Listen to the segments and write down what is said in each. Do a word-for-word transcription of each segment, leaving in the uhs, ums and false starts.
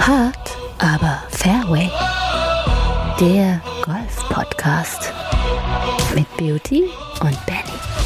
Hard, aber Fairway. Der Golf-Podcast mit Beauty und Benny.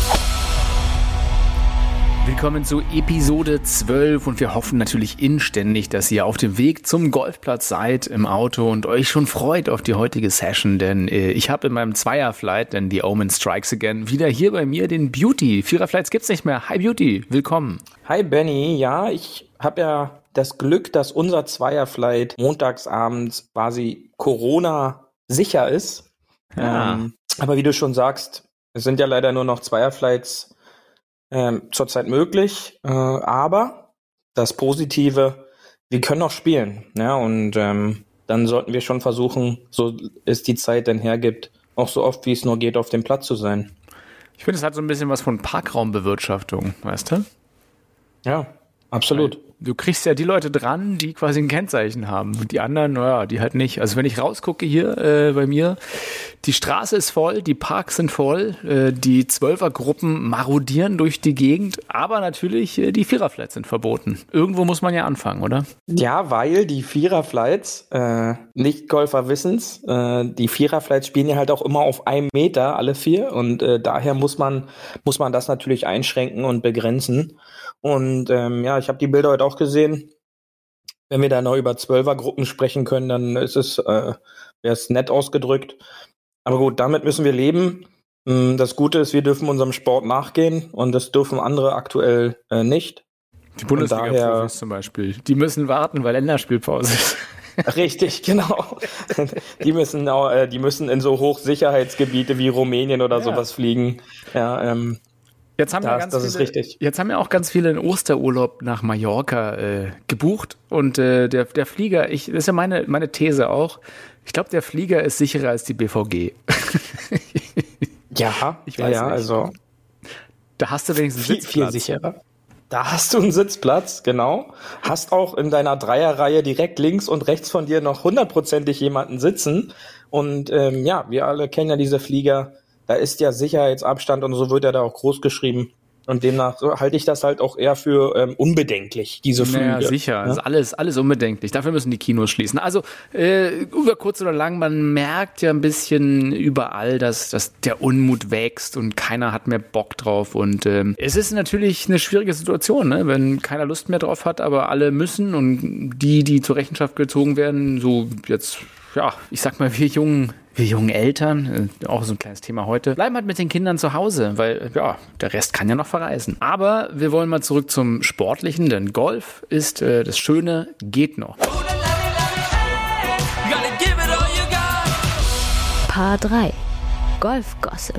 Willkommen zu Episode zwölf und wir hoffen natürlich inständig, dass ihr auf dem Weg zum Golfplatz seid im Auto und euch schon freut auf die heutige Session, denn äh, ich habe in meinem Zweier-Flight, denn die Omen Strikes Again, wieder hier bei mir den Beauty. Vierer-Flights gibt's nicht mehr. Hi Beauty, willkommen. Hi Benny, ja, ich habe ja das Glück, dass unser Zweier-Flight montagsabends quasi Corona-sicher ist. Ja. Ähm, aber wie du schon sagst, es sind ja leider nur noch Zweier-Flights Ähm, zurzeit möglich, äh, aber das Positive, wir können noch spielen, ja, und ähm, dann sollten wir schon versuchen, so es die Zeit denn hergibt, auch so oft wie es nur geht, auf dem Platz zu sein. Ich finde, es hat so ein bisschen was von Parkraumbewirtschaftung, weißt du? Ja, absolut. Weil du kriegst ja die Leute dran, die quasi ein Kennzeichen haben. Und die anderen, naja, die halt nicht. Also wenn ich rausgucke hier äh, bei mir, die Straße ist voll, die Parks sind voll, äh, die Zwölfergruppen marodieren durch die Gegend, aber natürlich äh, die Viererflights sind verboten. Irgendwo muss man ja anfangen, oder? Ja, weil die Viererflights, äh, Nicht-Golfer wissen's, äh, die Viererflights spielen ja halt auch immer auf einem Meter, alle vier, und äh, daher muss man, muss man das natürlich einschränken und begrenzen. Und ähm, ja, ich habe die Bilder heute auch gesehen. Wenn wir da noch über Zwölfergruppen sprechen können, dann ist es, äh, wäre es nett ausgedrückt. Aber gut, damit müssen wir leben. Das Gute ist, wir dürfen unserem Sport nachgehen und das dürfen andere aktuell äh, nicht. Die Bundesliga-Profis zum Beispiel, die müssen warten, weil Länderspielpause ist. Richtig, genau. Die müssen auch, äh, die müssen in so Hochsicherheitsgebiete wie Rumänien oder ja. sowas fliegen. Ja, ähm, Jetzt haben, das, ja ganz das viele, ist richtig. Jetzt haben ja auch ganz viele einen Osterurlaub nach Mallorca äh, gebucht und äh, der, der Flieger, ich, das ist ja meine, meine These auch, ich glaube, der Flieger ist sicherer als die B V G. Ja, ich weiß ja, nicht. Also da hast du wenigstens viel, Sitzplatz. viel sicherer. Da hast du einen Sitzplatz, genau. Hast auch in deiner Dreierreihe direkt links und rechts von dir noch hundertprozentig jemanden sitzen. Und ähm, ja, wir alle kennen ja diese Flieger. Da ist ja Sicherheitsabstand und so wird er da auch groß geschrieben. Und demnach so halte ich das halt auch eher für ähm, unbedenklich, diese Flüge. Ja, sicher. Ja? Das ist alles, alles unbedenklich. Dafür müssen die Kinos schließen. Also äh, über kurz oder lang, man merkt ja ein bisschen überall, dass, dass der Unmut wächst und keiner hat mehr Bock drauf. Und ähm, es ist natürlich eine schwierige Situation, ne? Wenn keiner Lust mehr drauf hat, aber alle müssen. Und die, die zur Rechenschaft gezogen werden, so jetzt, ja, ich sag mal, wir jungen Wir jungen Eltern, auch so ein kleines Thema heute, bleiben halt mit den Kindern zu Hause, weil ja, der Rest kann ja noch verreisen. Aber wir wollen mal zurück zum Sportlichen, denn Golf ist äh, das Schöne, geht noch. Paar drei. Golf-Gossip.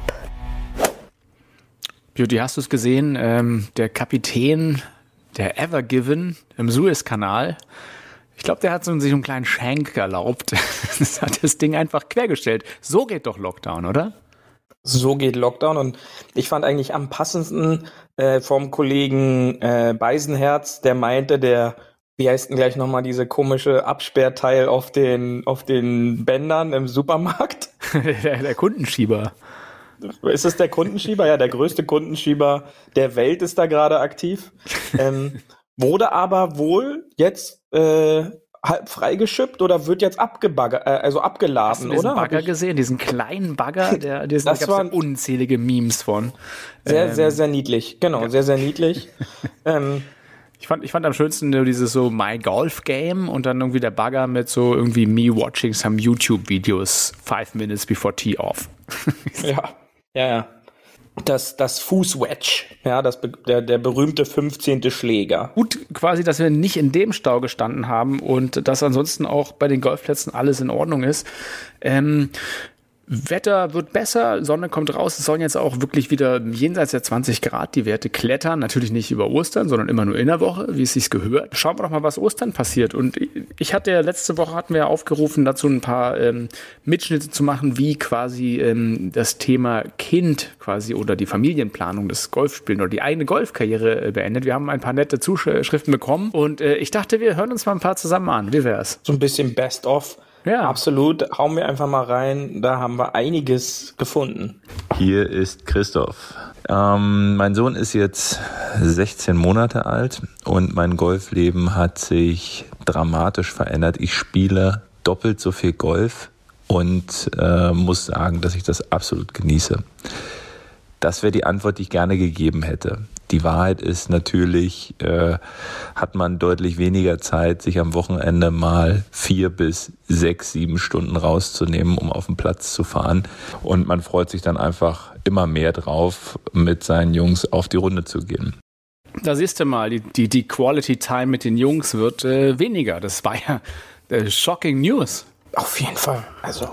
Beauty, hast du es gesehen? Ähm, der Kapitän der Ever Given im Suezkanal, ich glaube, der hat so sich einen kleinen Schenk erlaubt. Das hat das Ding einfach quergestellt. So geht doch Lockdown, oder? So geht Lockdown. Und ich fand eigentlich am passendsten äh, vom Kollegen äh, Beisenherz, der meinte, der, wie heißt denn gleich nochmal diese komische Absperrteil auf den, auf den Bändern im Supermarkt? der, der Kundenschieber. Ist es der Kundenschieber? Ja, der größte Kundenschieber der Welt ist da gerade aktiv. ähm, Wurde aber wohl jetzt äh, halb freigeschippt oder wird jetzt abgebaggert, äh, also abgeladen, Hast du diesen oder? Bagger gesehen, diesen kleinen Bagger, der, der Das gab's waren ja unzählige Memes von. Sehr, ähm, sehr, sehr niedlich. Genau, ja. sehr, sehr niedlich. ähm, ich fand, ich fand am schönsten nur dieses so My Golf Game und dann irgendwie der Bagger mit so irgendwie me watching some YouTube Videos five minutes before tee off. ja, ja, ja. Das, das Fußwedge, ja, das, der, der berühmte fünfzehnte Schläger. Gut, quasi, dass wir nicht in dem Stau gestanden haben und dass ansonsten auch bei den Golfplätzen alles in Ordnung ist. Ähm, Wetter wird besser, Sonne kommt raus, es sollen jetzt auch wirklich wieder jenseits der zwanzig Grad die Werte klettern, natürlich nicht über Ostern, sondern immer nur in der Woche, wie es sich gehört. Schauen wir doch mal, was Ostern passiert. Und ich hatte ja letzte Woche hatten wir ja aufgerufen, dazu ein paar ähm, Mitschnitte zu machen, wie quasi ähm, das Thema Kind quasi oder die Familienplanung des Golfspielen oder die eigene Golfkarriere äh, beendet. Wir haben ein paar nette Zuschriften bekommen und äh, ich dachte, wir hören uns mal ein paar zusammen an. Wie wär's? So ein bisschen Best of Ja. Absolut. Hauen wir einfach mal rein. Da haben wir einiges gefunden. Hier ist Christoph. Ähm, mein Sohn ist jetzt sechzehn Monate alt und mein Golfleben hat sich dramatisch verändert. Ich spiele doppelt so viel Golf und äh, muss sagen, dass ich das absolut genieße. Das wäre die Antwort, die ich gerne gegeben hätte. Die Wahrheit ist natürlich, äh, hat man deutlich weniger Zeit, sich am Wochenende mal vier bis sechs, sieben Stunden rauszunehmen, um auf den Platz zu fahren. Und man freut sich dann einfach immer mehr drauf, mit seinen Jungs auf die Runde zu gehen. Da siehst du mal, die, die, die Quality Time mit den Jungs wird äh, weniger. Das war ja äh, shocking News. Auf jeden Fall. Also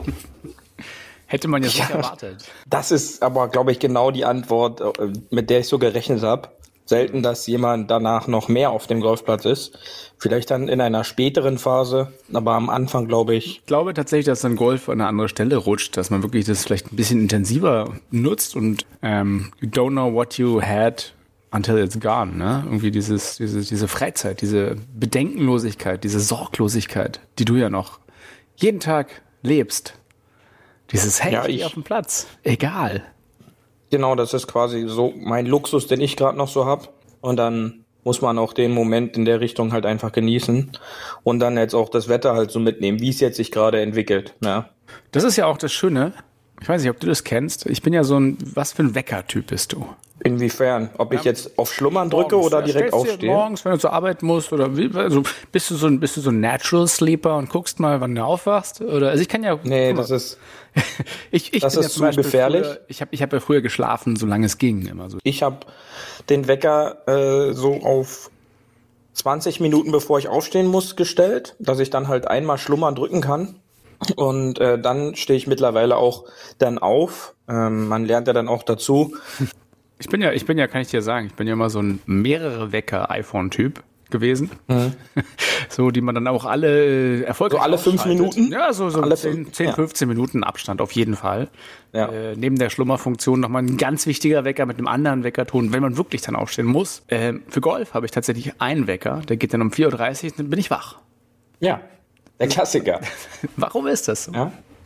hätte man jetzt ja, nicht erwartet. Das ist aber, glaube ich, genau die Antwort, mit der ich so gerechnet habe. Selten, dass jemand danach noch mehr auf dem Golfplatz ist. Vielleicht dann in einer späteren Phase, aber am Anfang, glaube ich. Ich glaube tatsächlich, dass dann Golf an eine andere Stelle rutscht, dass man wirklich das vielleicht ein bisschen intensiver nutzt und ähm, you don't know what you had until it's gone, ne? Irgendwie dieses, diese, diese Freizeit, diese Bedenkenlosigkeit, diese Sorglosigkeit, die du ja noch jeden Tag lebst. Dieses Hey, ja, ich ich auf dem Platz. Egal. Genau, das ist quasi so mein Luxus, den ich gerade noch so habe. Und dann muss man auch den Moment in der Richtung halt einfach genießen. Und dann jetzt auch das Wetter halt so mitnehmen, wie es jetzt sich gerade entwickelt. Ja. Das ist ja auch das Schöne. Ich weiß nicht, ob du das kennst. Ich bin ja so ein, was für ein Wecker-Typ bist du? Inwiefern? Ob ja, ich jetzt auf Schlummern drücke morgens, oder direkt aufstehe? Morgens, wenn du zur Arbeit musst oder wie, also bist du so ein, bist du so ein Natural Sleeper und guckst mal, wann du aufwachst? Oder, also ich kann ja. Nee, das ist, ich, ich das bin ist ja zu gefährlich. Früher, ich habe ich hab ja früher geschlafen, solange es ging, immer so. Ich habe den Wecker äh, so auf zwanzig Minuten bevor ich aufstehen muss gestellt, dass ich dann halt einmal Schlummern drücken kann. Und äh, dann stehe ich mittlerweile auch dann auf. Ähm, man lernt ja dann auch dazu. Ich bin ja, ich bin ja, kann ich dir sagen, ich bin ja immer so ein mehrere Wecker-iPhone-Typ gewesen. Mhm. So, die man dann auch alle äh, erfolgreich So alle fünf Minuten? Ja, so, so alle zehn, zehn ja. fünfzehn Minuten Abstand auf jeden Fall. Ja. Äh, neben der Schlummerfunktion nochmal ein ganz wichtiger Wecker mit einem anderen Weckerton, wenn man wirklich dann aufstehen muss. Äh, für Golf habe ich tatsächlich einen Wecker, der geht dann um vier Uhr dreißig, dann bin ich wach. Ja, der Klassiker. Warum ist das so? Ja.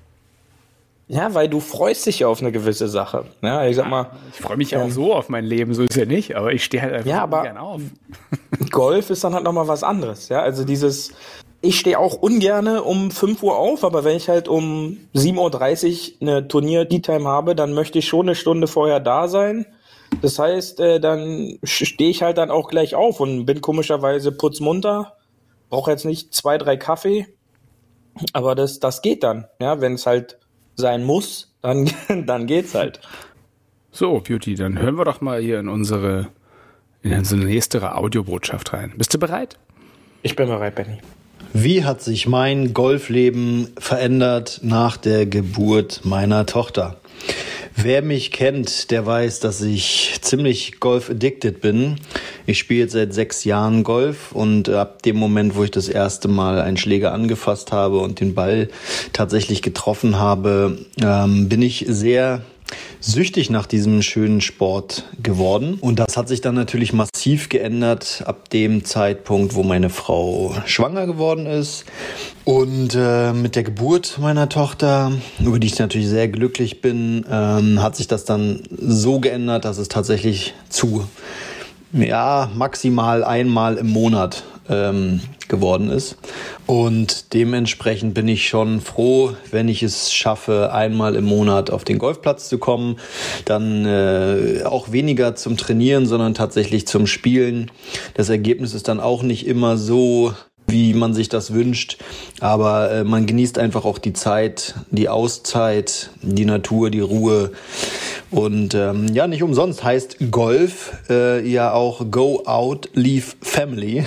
Ja, weil du freust dich ja auf eine gewisse Sache. Ja, ich sag mal. Ich freue mich ja ähm, auch so auf mein Leben, so ist ja nicht, aber ich stehe halt einfach ja, aber gern auf. Golf ist dann halt nochmal was anderes. Ja, also dieses, ich stehe auch ungerne um fünf Uhr auf, aber wenn ich halt um sieben Uhr dreißig eine Turnier-Tea-Time habe, dann möchte ich schon eine Stunde vorher da sein. Das heißt, äh, dann stehe ich halt dann auch gleich auf und bin komischerweise putzmunter. Brauche jetzt nicht zwei, drei Kaffee. Aber das, das geht dann, ja, wenn es halt sein muss, dann, dann geht's halt. So, Beauty, dann hören wir doch mal hier in unsere, in unsere nächste Audiobotschaft rein. Bist du bereit? Ich bin bereit, Benny. Wie hat sich mein Golfleben verändert nach der Geburt meiner Tochter? Wer mich kennt, der weiß, dass ich ziemlich golf-addicted bin. Ich spiele jetzt seit sechs Jahren Golf und ab dem Moment, wo ich das erste Mal einen Schläger angefasst habe und den Ball tatsächlich getroffen habe, ähm, bin ich sehr süchtig nach diesem schönen Sport geworden. Und das hat sich dann natürlich massiv geändert ab dem Zeitpunkt, wo meine Frau schwanger geworden ist. Und äh, mit der Geburt meiner Tochter, über die ich natürlich sehr glücklich bin, ähm, hat sich das dann so geändert, dass es tatsächlich zu, ja, maximal einmal im Monat ähm, geworden ist. Und dementsprechend bin ich schon froh, wenn ich es schaffe, einmal im Monat auf den Golfplatz zu kommen. Dann äh, auch weniger zum Trainieren, sondern tatsächlich zum Spielen. Das Ergebnis ist dann auch nicht immer so, wie man sich das wünscht. Aber äh, man genießt einfach auch die Zeit, die Auszeit, die Natur, die Ruhe. Und ähm, ja, nicht umsonst heißt Golf äh, ja auch Go Out, Leave Family.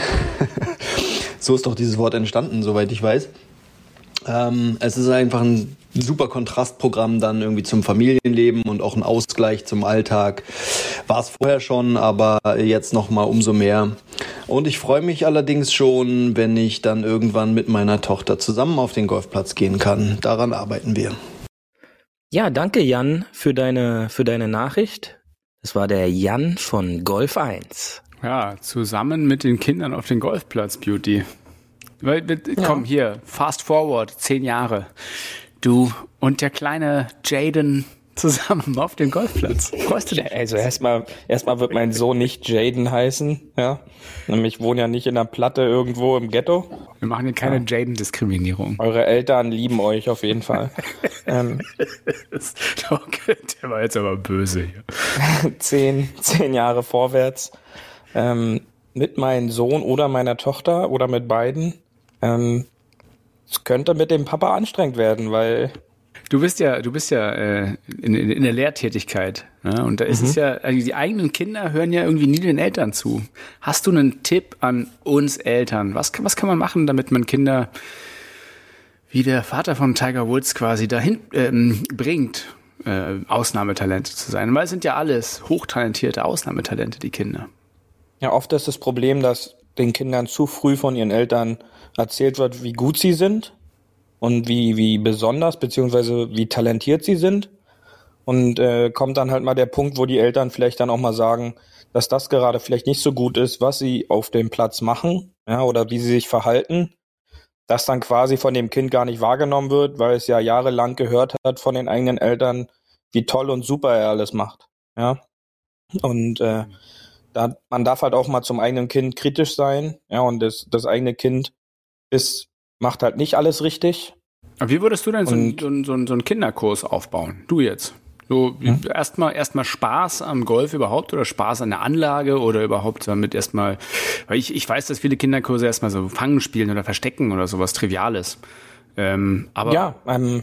So ist doch dieses Wort entstanden, soweit ich weiß. Ähm, es ist einfach ein super Kontrastprogramm dann irgendwie zum Familienleben und auch ein Ausgleich zum Alltag. War es vorher schon, aber jetzt nochmal umso mehr. Und ich freue mich allerdings schon, wenn ich dann irgendwann mit meiner Tochter zusammen auf den Golfplatz gehen kann. Daran arbeiten wir. Ja, danke Jan für deine, für deine Nachricht. Das war der Jan von Golf eins. Ja, zusammen mit den Kindern auf den Golfplatz, Beauty. Komm, hier, fast forward, zehn Jahre. Du und der kleine Jaden zusammen auf dem Golfplatz. Freust du dich? Also erstmal erstmal wird mein Sohn nicht Jaden heißen, ja. Ich wohne ja nicht in der Platte irgendwo im Ghetto. Wir machen hier keine ja. Jaden-Diskriminierung. Eure Eltern lieben euch auf jeden Fall. ähm, okay, der war jetzt aber böse hier. zehn, zehn Jahre vorwärts. Ähm, mit meinem Sohn oder meiner Tochter oder mit beiden. Ähm, es könnte mit dem Papa anstrengend werden, weil Du bist ja, du bist ja äh, in, in der Lehrtätigkeit, ne? Und da ist mhm. es ja, also die eigenen Kinder hören ja irgendwie nie den Eltern zu. Hast du einen Tipp an uns Eltern? Was, was kann man machen, damit man Kinder wie der Vater von Tiger Woods quasi dahin ähm, bringt, äh, Ausnahmetalente zu sein? Weil es sind ja alles hochtalentierte Ausnahmetalente, die Kinder. Ja, oft ist das Problem, dass den Kindern zu früh von ihren Eltern erzählt wird, wie gut sie sind. Und wie wie besonders, beziehungsweise wie talentiert sie sind. Und äh, kommt dann halt mal der Punkt, wo die Eltern vielleicht dann auch mal sagen, dass das gerade vielleicht nicht so gut ist, was sie auf dem Platz machen, ja, oder wie sie sich verhalten, das dann quasi von dem Kind gar nicht wahrgenommen wird, weil es ja jahrelang gehört hat von den eigenen Eltern, wie toll und super er alles macht. Ja. Und äh, da, man darf halt auch mal zum eigenen Kind kritisch sein, ja, und das, das eigene Kind ist macht halt nicht alles richtig. Aber wie würdest du denn so, so, so, so einen Kinderkurs aufbauen? Du jetzt? So hm? erstmal erstmal Spaß am Golf überhaupt oder Spaß an der Anlage oder überhaupt damit erstmal, weil ich, ich weiß, dass viele Kinderkurse erstmal so Fangen spielen oder Verstecken oder sowas Triviales. Ähm, aber ja, ähm,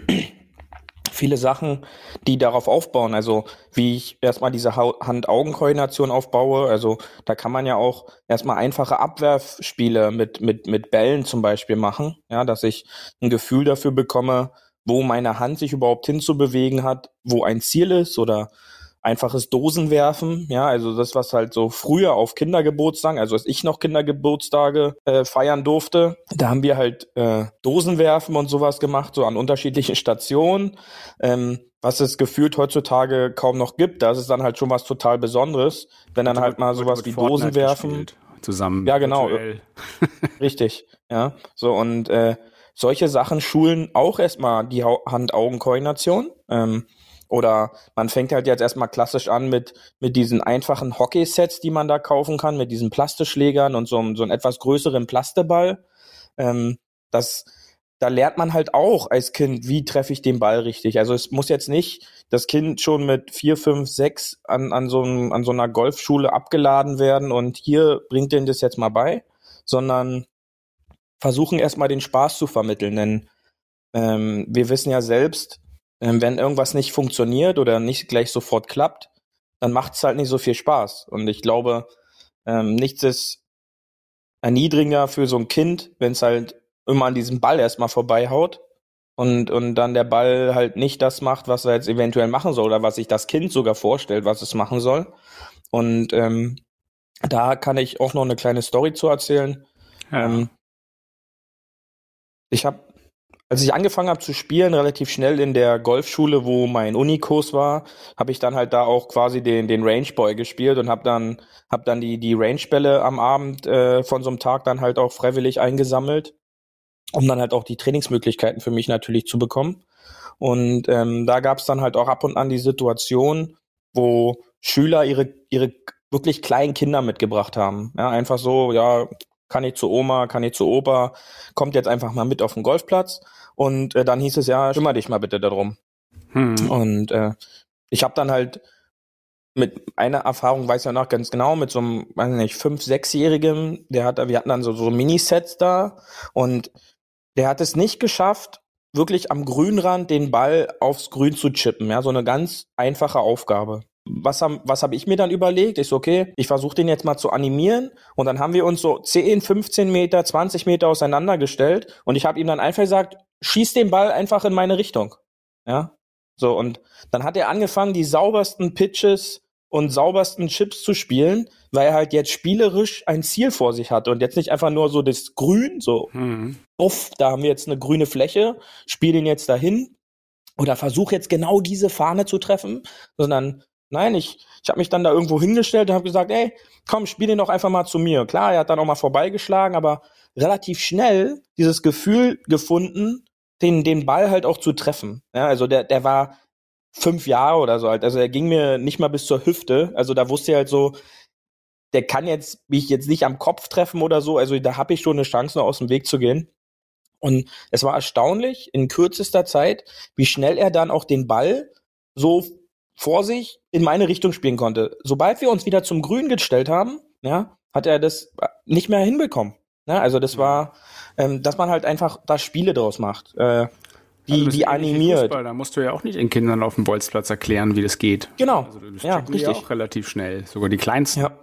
viele Sachen, die darauf aufbauen, also wie ich erstmal diese Hand-Augen-Koordination aufbaue, also da kann man ja auch erstmal einfache Abwerfspiele mit mit mit Bällen zum Beispiel machen, ja, dass ich ein Gefühl dafür bekomme, wo meine Hand sich überhaupt hinzubewegen hat, wo ein Ziel ist oder einfaches Dosenwerfen, ja, also das, was halt so früher auf Kindergeburtstagen, also als ich noch Kindergeburtstage äh, feiern durfte, da haben wir halt äh, Dosenwerfen und sowas gemacht, so an unterschiedlichen Stationen, ähm, was es gefühlt heutzutage kaum noch gibt. Da ist es dann halt schon was total Besonderes, wenn dann halt mal sowas wie Dosenwerfen zusammen. Ja, genau. Richtig, ja. So, und äh, solche Sachen schulen auch erstmal die Hand-Augen-Koordination. Ähm, Oder man fängt halt jetzt erstmal klassisch an mit mit diesen einfachen Hockey-Sets, die man da kaufen kann, mit diesen Plasteschlägern und so, so einen etwas größeren Plasteball. Ähm, das, da lernt man halt auch als Kind, wie treffe ich den Ball richtig. Also es muss jetzt nicht das Kind schon mit vier, fünf, sechs an an so einem, an so einer Golfschule abgeladen werden und hier bringt denen das jetzt mal bei, sondern versuchen erstmal den Spaß zu vermitteln. Denn ähm, wir wissen ja selbst, wenn irgendwas nicht funktioniert oder nicht gleich sofort klappt, dann macht es halt nicht so viel Spaß. Und ich glaube, ähm, nichts ist erniedrigender für so ein Kind, wenn es halt immer an diesem Ball erstmal vorbeihaut und, und dann der Ball halt nicht das macht, was er jetzt eventuell machen soll oder was sich das Kind sogar vorstellt, was es machen soll. Und ähm, da kann ich auch noch eine kleine Story zu erzählen. Ja. Ähm, ich habe Als ich angefangen habe zu spielen, relativ schnell in der Golfschule, wo mein Unikurs war, habe ich dann halt da auch quasi den den Rangeboy gespielt und habe dann hab dann die die Rangebälle am Abend äh, von so einem Tag dann halt auch freiwillig eingesammelt, um dann halt auch die Trainingsmöglichkeiten für mich natürlich zu bekommen. Und ähm, da gab es dann halt auch ab und an die Situation, wo Schüler ihre ihre wirklich kleinen Kinder mitgebracht haben. Ja, einfach so, ja, kann ich zu Oma, kann ich zu Opa, kommt jetzt einfach mal mit auf den Golfplatz. Und äh, dann hieß es, ja, kümmere dich mal bitte darum. Hm. Und äh, ich habe dann halt mit einer Erfahrung, weiß ich ja noch ganz genau, mit so einem, weiß nicht, fünf-, sechsjährigen, der hat, wir hatten dann so, so Minisets da und der hat es nicht geschafft, wirklich am Grünrand den Ball aufs Grün zu chippen. Ja, so eine ganz einfache Aufgabe. Was haben, was habe ich mir dann überlegt? Ich so, okay, ich versuche den jetzt mal zu animieren und dann haben wir uns so zehn, fünfzehn Meter, zwanzig Meter auseinandergestellt und ich habe ihm dann einfach gesagt, schieß den Ball einfach in meine Richtung. Ja, so, und dann hat er angefangen, die saubersten Pitches und saubersten Chips zu spielen, weil er halt jetzt spielerisch ein Ziel vor sich hatte und jetzt nicht einfach nur so das Grün, so, mhm. uff, da haben wir jetzt eine grüne Fläche, spiel den jetzt dahin oder versuch jetzt genau diese Fahne zu treffen, sondern Nein, ich, ich habe mich dann da irgendwo hingestellt und habe gesagt, ey, komm, spiel den doch einfach mal zu mir. Klar, er hat dann auch mal vorbeigeschlagen, aber relativ schnell dieses Gefühl gefunden, den, den Ball halt auch zu treffen. Ja, also der, der war fünf Jahre oder so alt. Also er ging mir nicht mal bis zur Hüfte. Also da wusste er halt so, der kann jetzt mich jetzt nicht am Kopf treffen oder so. Also da habe ich schon eine Chance, noch aus dem Weg zu gehen. Und es war erstaunlich, in kürzester Zeit, wie schnell er dann auch den Ball so vor sich in meine Richtung spielen konnte. Sobald wir uns wieder zum Grün gestellt haben, ja, hat er das nicht mehr hinbekommen. Ja, also das war, ähm, dass man halt einfach da Spiele draus macht, äh, die, also die animiert. Fußball, da musst du ja auch nicht den Kindern auf dem Bolzplatz erklären, wie das geht. Genau, also das ja, checken die richtig. auch relativ schnell, sogar die Kleinsten. Ja.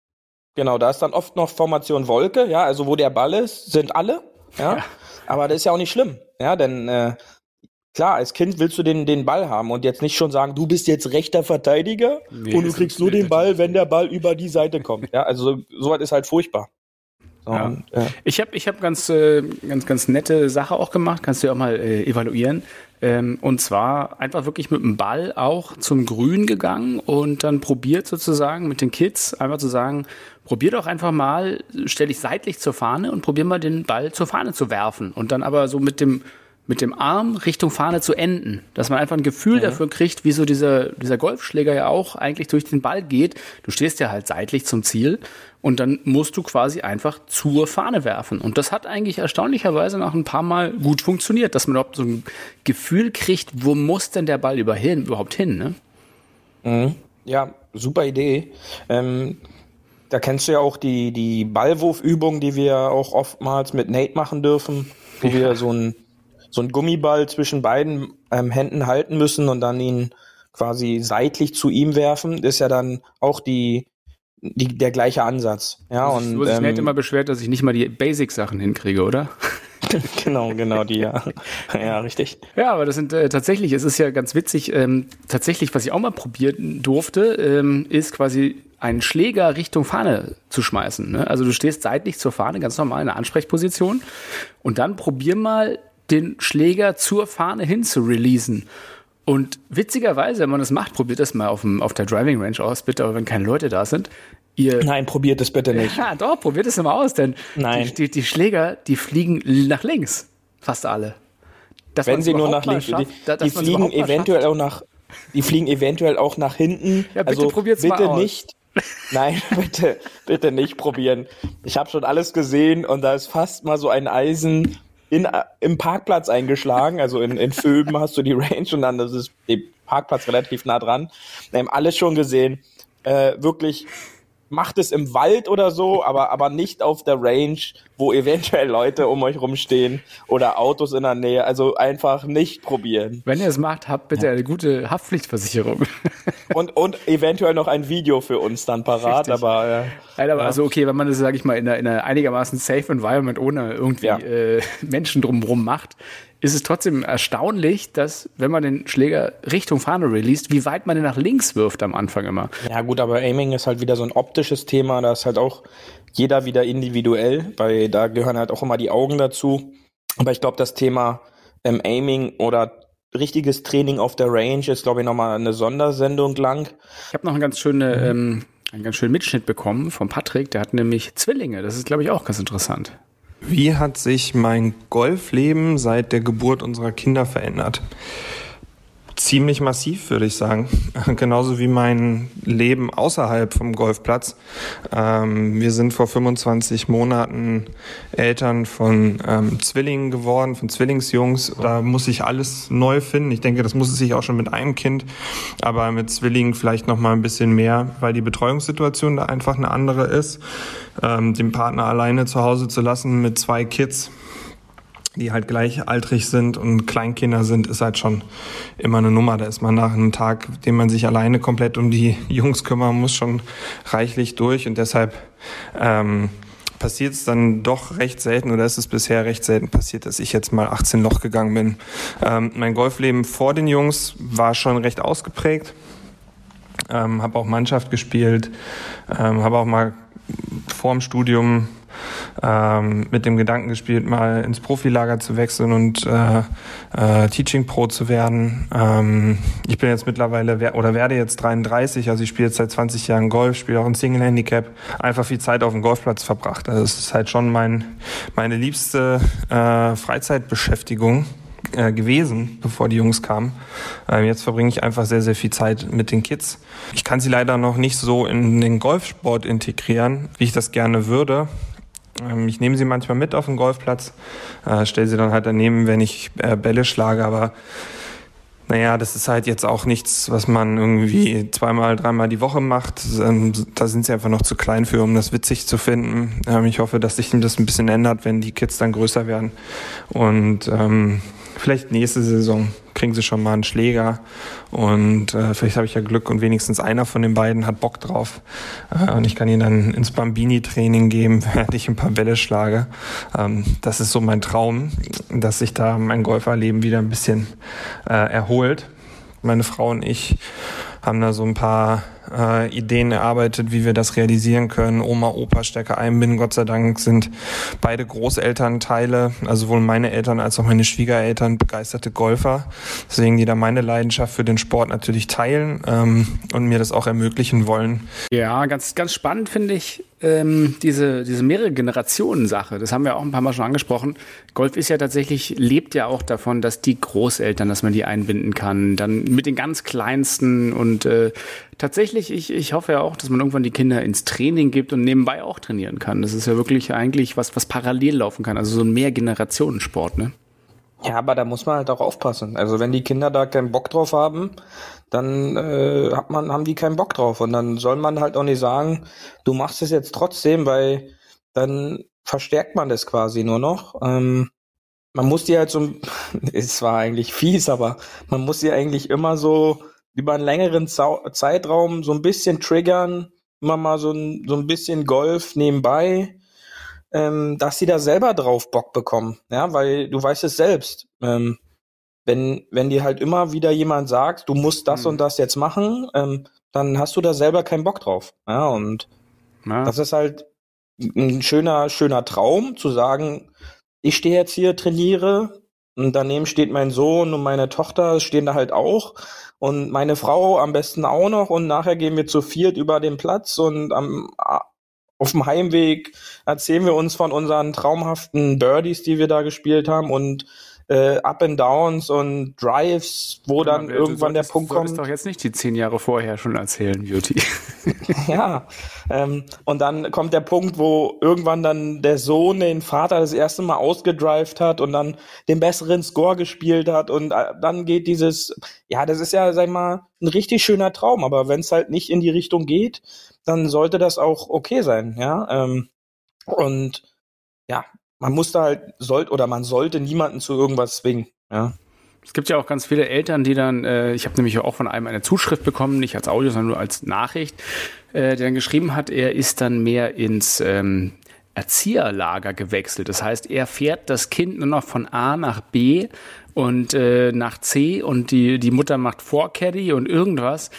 Genau, da ist dann oft noch Formation Wolke, ja, also wo der Ball ist, sind alle, ja, ja. Aber das ist ja auch nicht schlimm, ja, denn äh, klar, als Kind willst du den, den Ball haben und jetzt nicht schon sagen, du bist jetzt rechter Verteidiger nee, und du kriegst nur den Ball, wenn der Ball über die Seite kommt. Ja, also so, so was ist halt furchtbar. So, ja. und, äh, ich habe ich hab ganz, äh, ganz, ganz nette Sache auch gemacht, kannst du ja auch mal äh, evaluieren. Ähm, und zwar einfach wirklich mit dem Ball auch zum Grün gegangen und dann probiert sozusagen mit den Kids einfach zu sagen, probier doch einfach mal, stell dich seitlich zur Fahne und probier mal den Ball zur Fahne zu werfen und dann aber so mit dem mit dem Arm Richtung Fahne zu enden, dass man einfach ein Gefühl mhm. dafür kriegt, wie so dieser, dieser Golfschläger ja auch eigentlich durch den Ball geht. Du stehst ja halt seitlich zum Ziel und dann musst du quasi einfach zur Fahne werfen. Und das hat eigentlich erstaunlicherweise nach ein paar Mal gut funktioniert, dass man überhaupt so ein Gefühl kriegt, wo muss denn der Ball überhaupt hin, ne? Mhm. Ja, super Idee. Ähm, da kennst du ja auch die, die Ballwurfübung, die wir auch oftmals mit Nate machen dürfen, wo ja. wir so ein so einen Gummiball zwischen beiden ähm, Händen halten müssen und dann ihn quasi seitlich zu ihm werfen, ist ja dann auch die, die der gleiche Ansatz. Ja, und du hast dich ähm, immer beschwert, dass ich nicht mal die Basic-Sachen hinkriege, oder? genau, genau, die, ja. Ja, richtig. Ja, aber das sind äh, tatsächlich, es ist ja ganz witzig, ähm, tatsächlich, was ich auch mal probieren durfte, ähm, ist quasi einen Schläger Richtung Fahne zu schmeißen. Ne? Also du stehst seitlich zur Fahne, ganz normal in der Ansprechposition und dann probier mal den Schläger zur Fahne hin zu releasen. Und witzigerweise, wenn man das macht, probiert das mal auf, dem, auf der Driving Range aus, bitte, aber wenn keine Leute da sind. Ihr, Nein, probiert es bitte nicht. Ja, doch, probiert es mal aus, denn Nein. Die, die, die Schläger, die fliegen nach links. Fast alle. Dass wenn sie nur nach links, schafft, die, die fliegen eventuell auch nach, die fliegen eventuell auch nach hinten. Ja, bitte also probiert's bitte mal aus. nicht. Nein, bitte, bitte nicht probieren. Ich habe schon alles gesehen und da ist fast mal so ein Eisen in, im Parkplatz eingeschlagen, also in, in Föben hast du die Range und dann das ist der Parkplatz relativ nah dran. Wir haben alles schon gesehen. Äh, wirklich, macht es im Wald oder so, aber, aber nicht auf der Range, wo eventuell Leute um euch rumstehen oder Autos in der Nähe. Also einfach nicht probieren. Wenn ihr es macht, habt bitte ja. eine gute Haftpflichtversicherung. Und, und eventuell noch ein Video für uns dann parat. Richtig. Aber, äh, Nein, aber ja. also okay, wenn man das, sage ich mal, in einer, in einer einigermaßen safe Environment ohne irgendwie ja. äh, Menschen drumherum macht, ist es trotzdem erstaunlich, dass, wenn man den Schläger Richtung Fahne released, wie weit man den nach links wirft am Anfang immer. Ja gut, aber Aiming ist halt wieder so ein optisches Thema, da ist halt auch jeder wieder individuell, weil da gehören halt auch immer die Augen dazu. Aber ich glaube, das Thema ähm, Aiming oder richtiges Training auf der Range ist, glaube ich, nochmal eine Sondersendung lang. Ich habe noch einen ganz schönen, mhm. ähm, einen ganz schönen Mitschnitt bekommen von Patrick, der hat nämlich Zwillinge, das ist, glaube ich, auch ganz interessant. Wie hat sich mein Golfleben seit der Geburt unserer Kinder verändert? Ziemlich massiv, würde ich sagen. Genauso wie mein Leben außerhalb vom Golfplatz. Ähm, wir sind vor fünfundzwanzig Monaten Eltern von ähm, Zwillingen geworden, von Zwillingsjungs. Da muss ich alles neu finden. Ich denke, das muss es sich auch schon mit einem Kind, aber mit Zwillingen vielleicht noch mal ein bisschen mehr, weil die Betreuungssituation da einfach eine andere ist. Ähm, den Partner alleine zu Hause zu lassen mit zwei Kids, die halt gleichaltrig sind und Kleinkinder sind, ist halt schon immer eine Nummer. Da ist man nach einem Tag, den man sich alleine komplett um die Jungs kümmern muss, schon reichlich durch. Und deshalb ähm, passiert es dann doch recht selten, oder ist es bisher recht selten passiert, dass ich jetzt mal achtzehn Loch gegangen bin. Ähm, mein Golfleben vor den Jungs war schon recht ausgeprägt. Ähm, habe auch Mannschaft gespielt, ähm, habe auch mal vor dem Studium ähm, mit dem Gedanken gespielt, mal ins Profilager zu wechseln und äh, äh, Teaching Pro zu werden. Ähm, ich bin jetzt mittlerweile wer- oder werde jetzt dreiunddreißig, also ich spiele jetzt seit zwanzig Jahren Golf, spiele auch ein Single Handicap, einfach viel Zeit auf dem Golfplatz verbracht. Also es ist halt schon mein meine liebste äh, Freizeitbeschäftigung äh, gewesen, bevor die Jungs kamen. Ähm, jetzt verbringe ich einfach sehr, sehr viel Zeit mit den Kids. Ich kann sie leider noch nicht so in den Golfsport integrieren, wie ich das gerne würde. Ähm, ich nehme sie manchmal mit auf den Golfplatz, äh, stelle sie dann halt daneben, wenn ich äh, Bälle schlage, aber naja, das ist halt jetzt auch nichts, was man irgendwie zweimal, dreimal die Woche macht. Da sind sie einfach noch zu klein für, um das witzig zu finden. Ich hoffe, dass sich das ein bisschen ändert, wenn die Kids dann größer werden. Und ähm, vielleicht nächste Saison kriegen sie schon mal einen Schläger. Und äh, vielleicht habe ich ja Glück und wenigstens einer von den beiden hat Bock drauf. Äh, und ich kann ihn dann ins Bambini-Training geben, während ich ein paar Bälle schlage. Ähm, das ist so mein Traum, dass sich da mein Golferleben wieder ein bisschen äh, erholt. Meine Frau und ich haben da so ein paar äh, Ideen erarbeitet, wie wir das realisieren können. Oma, Opa stärker einbinden. Gott sei Dank sind beide Großelternteile, also sowohl meine Eltern als auch meine Schwiegereltern, begeisterte Golfer. Deswegen die da meine Leidenschaft für den Sport natürlich teilen ähm, und mir das auch ermöglichen wollen. Ja, ganz, ganz spannend finde ich ähm, diese, diese mehrere Generationen-Sache. Das haben wir auch ein paar Mal schon angesprochen. Golf ist ja tatsächlich, lebt ja auch davon, dass die Großeltern, dass man die einbinden kann. Dann mit den ganz Kleinsten und äh, tatsächlich, ich, ich hoffe ja auch, dass man irgendwann die Kinder ins Training gibt und nebenbei auch trainieren kann. Das ist ja wirklich eigentlich was, was parallel laufen kann. Also so ein Mehrgenerationensport, ne? Ja, aber da muss man halt auch aufpassen. Also wenn die Kinder da keinen Bock drauf haben, dann äh, hat man, haben die keinen Bock drauf. Und dann soll man halt auch nicht sagen, du machst es jetzt trotzdem, weil dann verstärkt man das quasi nur noch. Ähm, man muss die halt so, es war eigentlich fies, aber man muss die eigentlich immer so über einen längeren Zau- Zeitraum so ein bisschen triggern, immer mal so ein, so ein bisschen Golf nebenbei, ähm, dass sie da selber drauf Bock bekommen. Ja, weil du weißt es selbst. Ähm, wenn, wenn dir halt immer wieder jemand sagt, du musst das Mhm. und das jetzt machen, ähm, dann hast du da selber keinen Bock drauf. Ja, und Ja. das ist halt ein schöner, schöner Traum, zu sagen, ich stehe jetzt hier, trainiere, und daneben steht mein Sohn und meine Tochter stehen da halt auch und meine Frau am besten auch noch und nachher gehen wir zu viert über den Platz und am, auf dem Heimweg erzählen wir uns von unseren traumhaften Birdies, die wir da gespielt haben und äh, Up and Downs und Drives, wo dann Ja, irgendwann du der solltest- Punkt du solltest kommt. doch jetzt nicht die zehn Jahre vorher schon erzählen, Beauty. Ja, ähm, und dann kommt der Punkt, wo irgendwann dann der Sohn den Vater das erste Mal ausgedrived hat und dann den besseren Score gespielt hat und äh, dann geht dieses, ja, das ist ja, sag ich mal, ein richtig schöner Traum, aber wenn es halt nicht in die Richtung geht, dann sollte das auch okay sein, ja, ähm, und ja, man muss da halt, sollte oder man sollte niemanden zu irgendwas zwingen, ja. Es gibt ja auch ganz viele Eltern, die dann, äh, ich habe nämlich auch von einem eine Zuschrift bekommen, nicht als Audio, sondern nur als Nachricht, äh, der dann geschrieben hat, er ist dann mehr ins ähm, Erzieherlager gewechselt. Das heißt, er fährt das Kind nur noch von A nach B und äh, nach C und die, die Mutter macht Vorcaddy und irgendwas.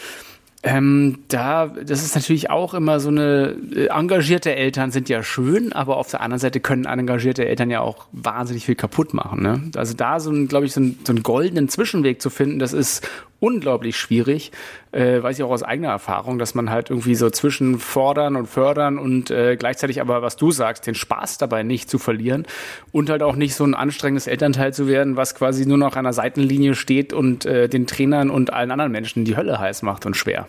Ähm, da, das ist natürlich auch immer so eine, äh, engagierte Eltern sind ja schön, aber auf der anderen Seite können engagierte Eltern ja auch wahnsinnig viel kaputt machen, ne? Also da so ein, glaube ich, so, ein, so einen goldenen Zwischenweg zu finden, das ist unglaublich schwierig, äh, weiß ich auch aus eigener Erfahrung, dass man halt irgendwie so zwischen fordern und fördern und äh, gleichzeitig aber, was du sagst, den Spaß dabei nicht zu verlieren und halt auch nicht so ein anstrengendes Elternteil zu werden, was quasi nur noch an der Seitenlinie steht und äh, den Trainern und allen anderen Menschen die Hölle heiß macht und schwer.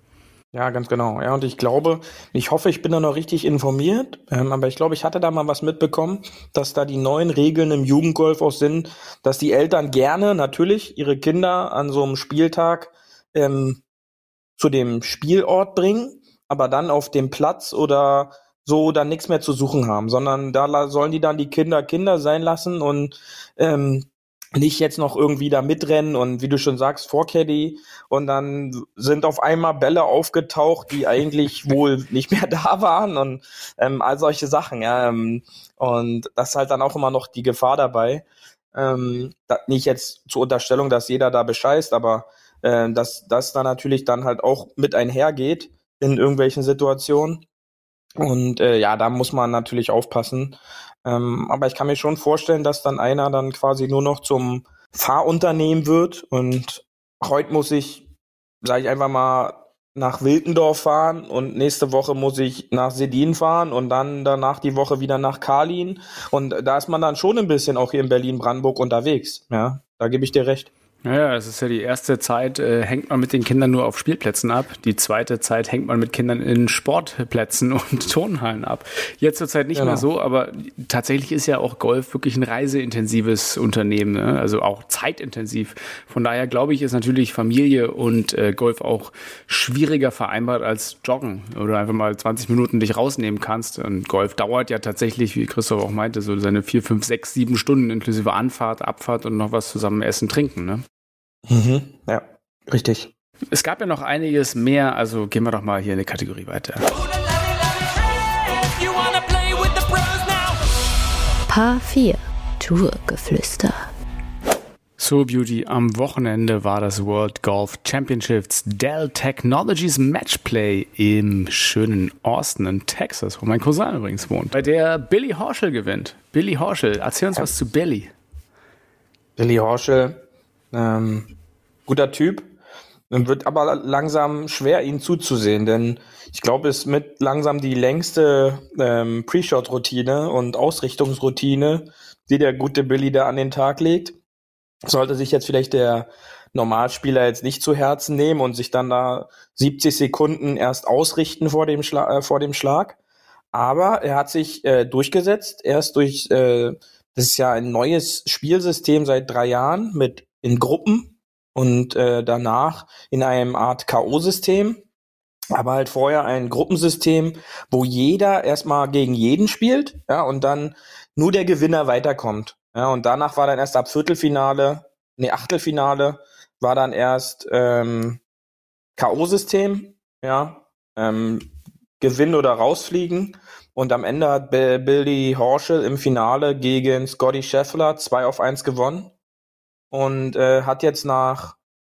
Ja, ganz genau. Ja, und ich glaube, ich hoffe, ich bin da noch richtig informiert, ähm, aber ich glaube, ich hatte da mal was mitbekommen, dass da die neuen Regeln im Jugendgolf auch sind, dass die Eltern gerne natürlich ihre Kinder an so einem Spieltag ähm, zu dem Spielort bringen, aber dann auf dem Platz oder so dann nichts mehr zu suchen haben, sondern da la- sollen die dann die Kinder Kinder sein lassen und ähm, nicht jetzt noch irgendwie da mitrennen und wie du schon sagst, Vorcaddy und dann sind auf einmal Bälle aufgetaucht, die eigentlich wohl nicht mehr da waren und ähm, all solche Sachen, ja, ähm, und das ist halt dann auch immer noch die Gefahr dabei, ähm, da, nicht jetzt zur Unterstellung, dass jeder da bescheißt, aber äh, dass das dann natürlich dann halt auch mit einhergeht in irgendwelchen Situationen Und äh, ja, da muss man natürlich aufpassen. Ähm, aber ich kann mir schon vorstellen, dass dann einer dann quasi nur noch zum Fahrunternehmen wird. Und heute muss ich, sage ich einfach mal, nach Wiltendorf fahren und nächste Woche muss ich nach Sedin fahren und dann danach die Woche wieder nach Karlin. Und da ist man dann schon ein bisschen auch hier in Berlin-Brandenburg unterwegs. Ja, da gebe ich dir recht. Naja, es ist ja die erste Zeit, äh, hängt man mit den Kindern nur auf Spielplätzen ab. Die zweite Zeit hängt man mit Kindern in Sportplätzen und Turnhallen ab. Jetzt zur Zeit nicht Genau. mehr so, aber tatsächlich ist ja auch Golf wirklich ein reiseintensives Unternehmen, ne? Also auch zeitintensiv. Von daher glaube ich, ist natürlich Familie und äh, Golf auch schwieriger vereinbart als Joggen oder einfach mal zwanzig Minuten dich rausnehmen kannst. Und Golf dauert ja tatsächlich, wie Christoph auch meinte, so seine vier, fünf, sechs, sieben Stunden inklusive Anfahrt, Abfahrt und noch was zusammen essen, trinken, ne? Mhm, ja, richtig. Es gab ja noch einiges mehr, also gehen wir doch mal hier in die Kategorie weiter. Paar vier. Tourgeflüster. So, Beauty, am Wochenende war das World Golf Championships Dell Technologies Matchplay im schönen Austin in Texas, wo mein Cousin übrigens wohnt, bei der Billy Horschel gewinnt. Billy Horschel, erzähl uns was zu Billy. Billy Horschel, ähm, guter Typ, wird aber langsam schwer, ihn zuzusehen, denn ich glaube, es ist mit langsam die längste ähm, Pre-Shot-Routine und Ausrichtungsroutine, die der gute Billy da an den Tag legt. Sollte sich jetzt vielleicht der Normalspieler jetzt nicht zu Herzen nehmen und sich dann da siebzig Sekunden erst ausrichten vor dem, Schla- äh, vor dem Schlag. Aber er hat sich äh, durchgesetzt, erst durch, äh, das ist ja ein neues Spielsystem seit drei Jahren mit in Gruppen und äh, danach in einem Art K O-System. Aber halt vorher ein Gruppensystem, wo jeder erstmal gegen jeden spielt, ja, und dann nur der Gewinner weiterkommt. Ja, und danach war dann erst ab Viertelfinale, nee, Achtelfinale, war dann erst ähm, K O-System, ja, ähm, gewinnen oder rausfliegen. Und am Ende hat B- Billy Horschel im Finale gegen Scotty Scheffler zwei auf eins gewonnen. Und äh, hat jetzt nach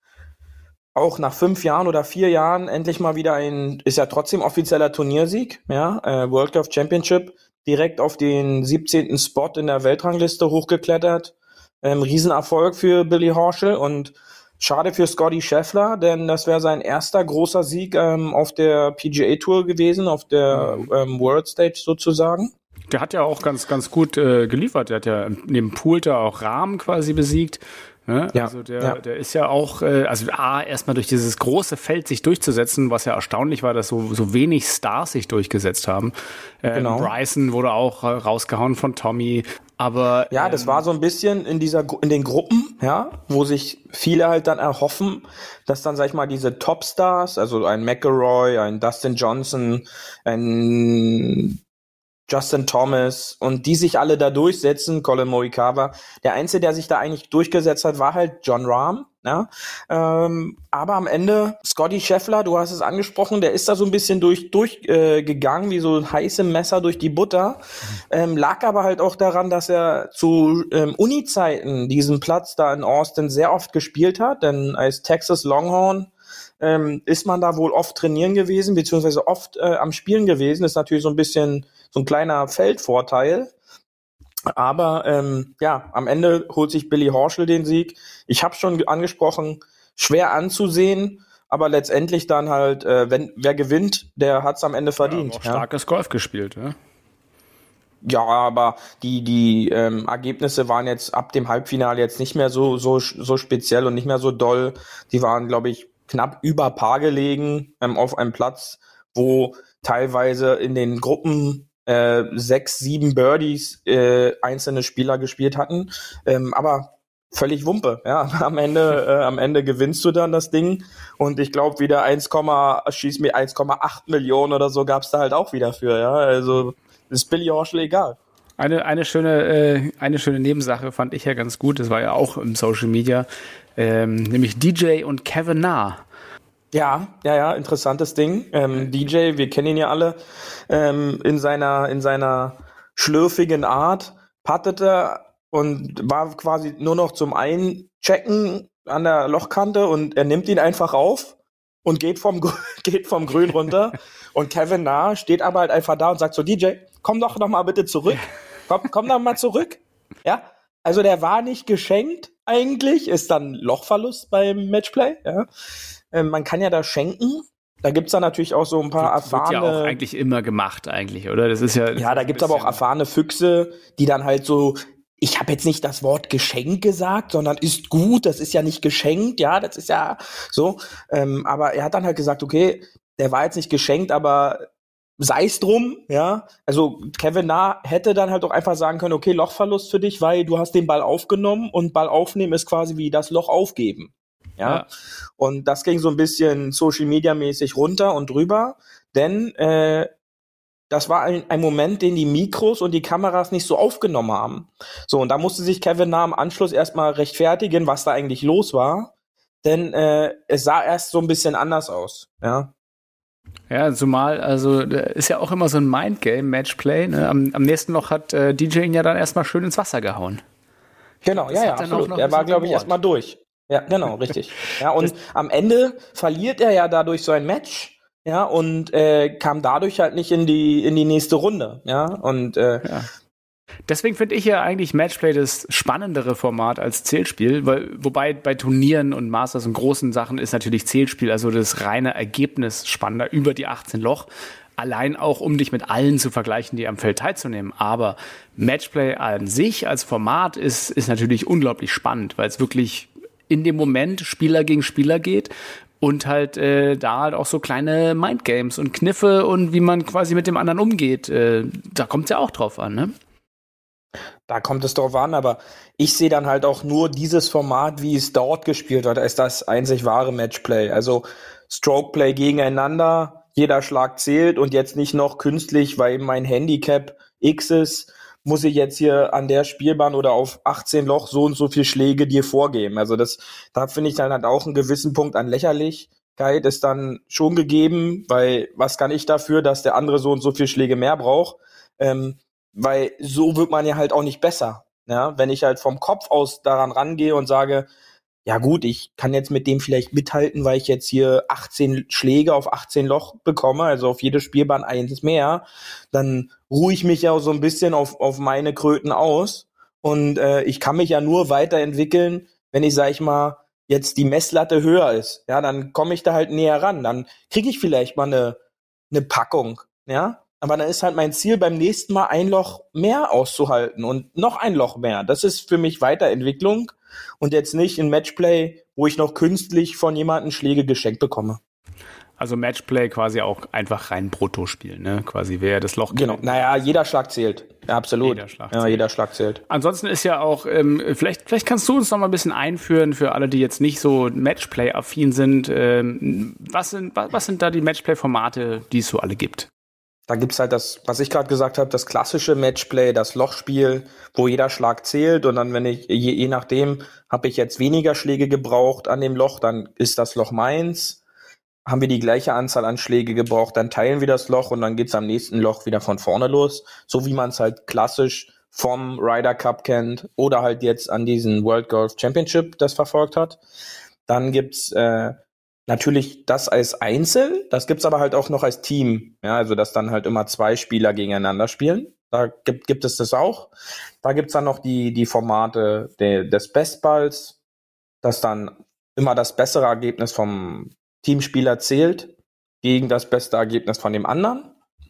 auch nach fünf Jahren oder vier Jahren endlich mal wieder ein, ist ja trotzdem offizieller Turniersieg, ja, äh, World Golf Championship, direkt auf den siebzehnten Spot in der Weltrangliste hochgeklettert. Ähm, Riesenerfolg für Billy Horschel und schade für Scotty Scheffler, denn das wäre sein erster großer Sieg ähm, auf der P G A Tour gewesen, auf der ähm, World Stage sozusagen. Der hat ja auch ganz, ganz gut äh, geliefert. Der hat ja neben Poulter auch Rahm quasi besiegt. Ne? Ja, Also der, ja. der ist ja auch, äh, also A, erstmal durch dieses große Feld sich durchzusetzen, was ja erstaunlich war, dass so, so wenig Stars sich durchgesetzt haben. Ähm, Genau. Bryson wurde auch äh, rausgehauen von Tommy. Aber Ja, das war so ein bisschen in dieser Gru- in den Gruppen, ja, wo sich viele halt dann erhoffen, dass dann, sag ich mal, diese Topstars, also ein McIlroy, ein Dustin Johnson, ein Justin Thomas und die sich alle da durchsetzen, Colin Morikawa. Der Einzige, der sich da eigentlich durchgesetzt hat, war halt Jon Rahm. Ja? Ähm, aber am Ende, Scotty Scheffler, du hast es angesprochen, der ist da so ein bisschen durch durchgegangen, äh, gegangen, wie so ein heißes Messer durch die Butter. Ähm, lag aber halt auch daran, dass er zu ähm, Uni-Zeiten diesen Platz da in Austin sehr oft gespielt hat, denn als Texas Longhorn ähm, ist man da wohl oft trainieren gewesen, beziehungsweise oft äh, am Spielen gewesen. Ist natürlich so ein bisschen so ein kleiner Feldvorteil. Aber ähm, ja, am Ende holt sich Billy Horschel den Sieg. Ich habe schon angesprochen, schwer anzusehen, aber letztendlich dann halt, äh, wenn wer gewinnt, der hat's am Ende verdient. Ja, auch starkes ja. Golf gespielt, ja. Ja, aber die die ähm, Ergebnisse waren jetzt ab dem Halbfinale jetzt nicht mehr so so so speziell und nicht mehr so doll. Die waren, glaube ich, knapp über Par gelegen ähm, auf einem Platz, wo teilweise in den Gruppen äh, sechs, sieben Birdies äh, einzelne Spieler gespielt hatten. Ähm, aber völlig Wumpe. Ja, am Ende äh, am Ende gewinnst du dann das Ding und ich glaube wieder eins, schieß mir eins Komma acht Millionen oder so gab's da halt auch wieder für. Ja, also ist Billy Horschel egal. Eine, eine schöne, äh, eine schöne Nebensache fand ich ja ganz gut. Das war ja auch im Social Media, ähm, nämlich D J und Kevin Na. Ja, ja, ja, interessantes Ding. Ähm, D J, wir kennen ihn ja alle, ähm, in seiner, in seiner schlürfigen Art puttete und war quasi nur noch zum Einchecken an der Lochkante und er nimmt ihn einfach auf und geht vom, geht vom Grün runter. Und Kevin Na steht aber halt einfach da und sagt so, D J, komm doch noch mal bitte zurück. Komm, komm doch mal zurück. Ja, also der war nicht geschenkt eigentlich, ist dann Lochverlust beim Matchplay. Ja. Ähm, man kann ja da schenken. Da gibt's dann natürlich auch so ein paar wird, erfahrene... Wird ja auch eigentlich immer gemacht eigentlich, oder? Das ist ja... Das ja, da gibt's aber auch erfahrene Füchse, die dann halt so... Ich habe jetzt nicht das Wort Geschenk gesagt, sondern ist gut, das ist ja nicht geschenkt, ja, das ist ja so. Ähm, aber er hat dann halt gesagt, okay, der war jetzt nicht geschenkt, aber sei's drum, ja. Also Kevin Na hätte dann halt auch einfach sagen können, okay, Lochverlust für dich, weil du hast den Ball aufgenommen und Ball aufnehmen ist quasi wie das Loch aufgeben. Ja. ja. Und das ging so ein bisschen Social-Media-mäßig runter und drüber, denn äh, das war ein, ein Moment, den die Mikros und die Kameras nicht so aufgenommen haben. So, und da musste sich Kevin Na im Anschluss erstmal rechtfertigen, was da eigentlich los war, denn äh, es sah erst so ein bisschen anders aus, ja. Ja, zumal, also ist ja auch immer so ein Mindgame, Matchplay. Ne? Am, am nächsten Loch hat äh, D J ihn ja dann erstmal schön ins Wasser gehauen. Genau, ja, ja, absolut. Er war, glaube ich, erstmal durch. Ja, genau, richtig. Ja, und das am Ende verliert er ja dadurch so ein Match, ja, und äh, kam dadurch halt nicht in die in die nächste Runde, ja, und äh, ja. Deswegen finde ich ja eigentlich Matchplay das spannendere Format als Zählspiel, weil, wobei bei Turnieren und Masters und großen Sachen ist natürlich Zählspiel, also das reine Ergebnis spannender über die achtzehn Loch, allein auch um dich mit allen zu vergleichen, die am Feld teilzunehmen. Aber Matchplay an sich als Format ist, ist natürlich unglaublich spannend, weil es wirklich in dem Moment Spieler gegen Spieler geht und halt äh, da halt auch so kleine Mindgames und Kniffe und wie man quasi mit dem anderen umgeht, äh, da kommt es ja auch drauf an, ne? Da kommt es drauf an, aber ich sehe dann halt auch nur dieses Format, wie es dort gespielt wird, als das einzig wahre Matchplay. Also Strokeplay gegeneinander, jeder Schlag zählt und jetzt nicht noch künstlich, weil mein Handicap X ist, muss ich jetzt hier an der Spielbahn oder auf achtzehn Loch so und so viel Schläge dir vorgeben. Also das, da finde ich dann halt auch einen gewissen Punkt an Lächerlichkeit ist dann schon gegeben, weil was kann ich dafür, dass der andere so und so viel Schläge mehr braucht? Ähm, weil so wird man ja halt auch nicht besser. Ja, wenn ich halt vom Kopf aus daran rangehe und sage, ja gut, ich kann jetzt mit dem vielleicht mithalten, weil ich jetzt hier achtzehn Schläge auf achtzehn Loch bekomme, also auf jede Spielbahn eins mehr, dann ruhe ich mich ja auch so ein bisschen auf, auf meine Kröten aus und äh, ich kann mich ja nur weiterentwickeln, wenn ich, sag ich mal, jetzt die Messlatte höher ist. Ja, dann komme ich da halt näher ran, dann kriege ich vielleicht mal eine, eine Packung, ja, aber dann ist halt mein Ziel, beim nächsten Mal ein Loch mehr auszuhalten und noch ein Loch mehr. Das ist für mich Weiterentwicklung und jetzt nicht ein Matchplay, wo ich noch künstlich von jemandem Schläge geschenkt bekomme. Also Matchplay quasi auch einfach rein brutto spielen, ne? Quasi wer das Loch genau. Kennt. Naja, jeder Schlag zählt. Ja, absolut. Jeder Schlag ja, zählt. jeder Schlag zählt. Ansonsten ist ja auch, ähm, vielleicht, vielleicht kannst du uns noch mal ein bisschen einführen für alle, die jetzt nicht so Matchplay-affin sind. Ähm, was sind, was, was sind da die Matchplay-Formate, die es so alle gibt? Da gibt's halt das, was ich gerade gesagt habe, das klassische Matchplay, das Lochspiel, wo jeder Schlag zählt und dann, wenn ich, je, je nachdem, habe ich jetzt weniger Schläge gebraucht an dem Loch, dann ist das Loch meins. Haben wir die gleiche Anzahl an Schläge gebraucht, dann teilen wir das Loch und dann geht's am nächsten Loch wieder von vorne los. So wie man es halt klassisch vom Ryder Cup kennt oder halt jetzt an diesen World Golf Championship das verfolgt hat. Dann gibt's äh, natürlich das als Einzel, das gibt's aber halt auch noch als Team. Ja, also dass dann halt immer zwei Spieler gegeneinander spielen. Da gibt, gibt es das auch. Da gibt's dann noch die, die Formate de, des Bestballs, dass dann immer das bessere Ergebnis vom Teamspieler zählt gegen das beste Ergebnis von dem anderen.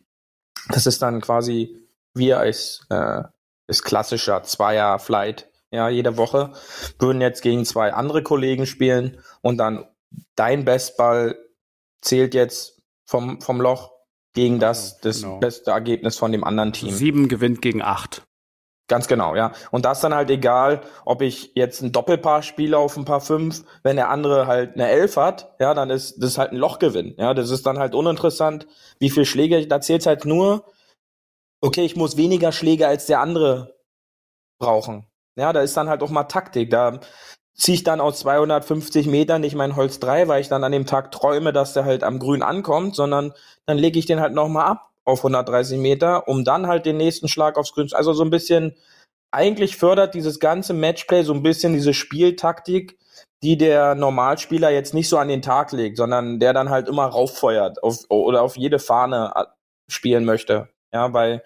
Das ist dann quasi wir als, äh, als klassischer Zweier-Flight. Ja, jede Woche würden jetzt gegen zwei andere Kollegen spielen und dann dein Bestball zählt jetzt vom, vom Loch gegen das, das genau. beste Ergebnis von dem anderen Team. Sieben gewinnt gegen acht. Ganz genau, ja. Und das ist dann halt egal, ob ich jetzt ein Doppelpaar spiele auf ein Paar fünf, wenn der andere halt eine Elf hat, ja, dann ist das halt ein Lochgewinn. Ja, das ist dann halt uninteressant, wie viele Schläge, da zählt halt nur, okay, ich muss weniger Schläge als der andere brauchen. Ja, da ist dann halt auch mal Taktik. Da ziehe ich dann aus zweihundertfünfzig Metern nicht mein Holz drei, weil ich dann an dem Tag träume, dass der halt am Grün ankommt, sondern dann lege ich den halt nochmal ab auf hundertdreißig Meter, um dann halt den nächsten Schlag aufs Grün. Also so ein bisschen, eigentlich fördert dieses ganze Matchplay so ein bisschen diese Spieltaktik, die der Normalspieler jetzt nicht so an den Tag legt, sondern der dann halt immer rauffeuert auf, oder auf jede Fahne spielen möchte. Ja, weil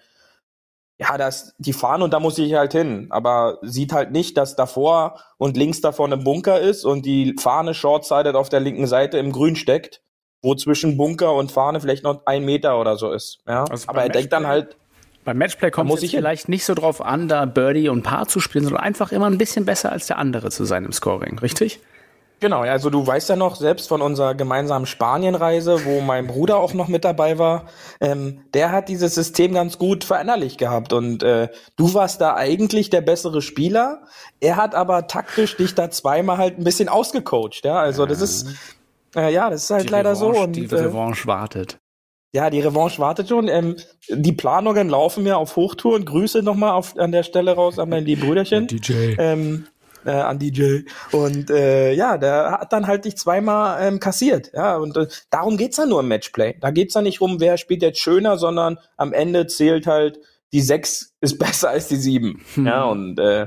ja, das die Fahne und da muss ich halt hin, aber sieht halt nicht, dass davor und links davon ein Bunker ist und die Fahne short-sided auf der linken Seite im Grün steckt, wo zwischen Bunker und Fahne vielleicht noch ein Meter oder so ist. Ja, also aber er denkt dann halt, beim Matchplay kommt es vielleicht nicht so drauf an, da Birdie und Par zu spielen, sondern einfach immer ein bisschen besser als der andere zu sein im Scoring, richtig? Genau, also du weißt ja noch, selbst von unserer gemeinsamen Spanienreise, wo mein Bruder auch noch mit dabei war, ähm, der hat dieses System ganz gut verinnerlicht gehabt und äh, du warst da eigentlich der bessere Spieler, er hat aber taktisch dich da zweimal halt ein bisschen ausgecoacht, ja, also das ist, äh, ja, das ist halt die leider Revanche, so. Und die Revanche äh, wartet. Ja, die Revanche wartet schon. Ähm, die Planungen laufen ja auf Hochtouren. Grüße nochmal auf an der Stelle raus an mein lieben Brüderchen. D J. Ähm, äh, an D J. Und äh, ja, der hat dann halt dich zweimal ähm, kassiert. Ja, und äh, darum geht's ja nur im Matchplay. Da geht's ja nicht rum, wer spielt jetzt schöner, sondern am Ende zählt halt, die sechs ist besser als die sieben. Hm. Ja, und äh,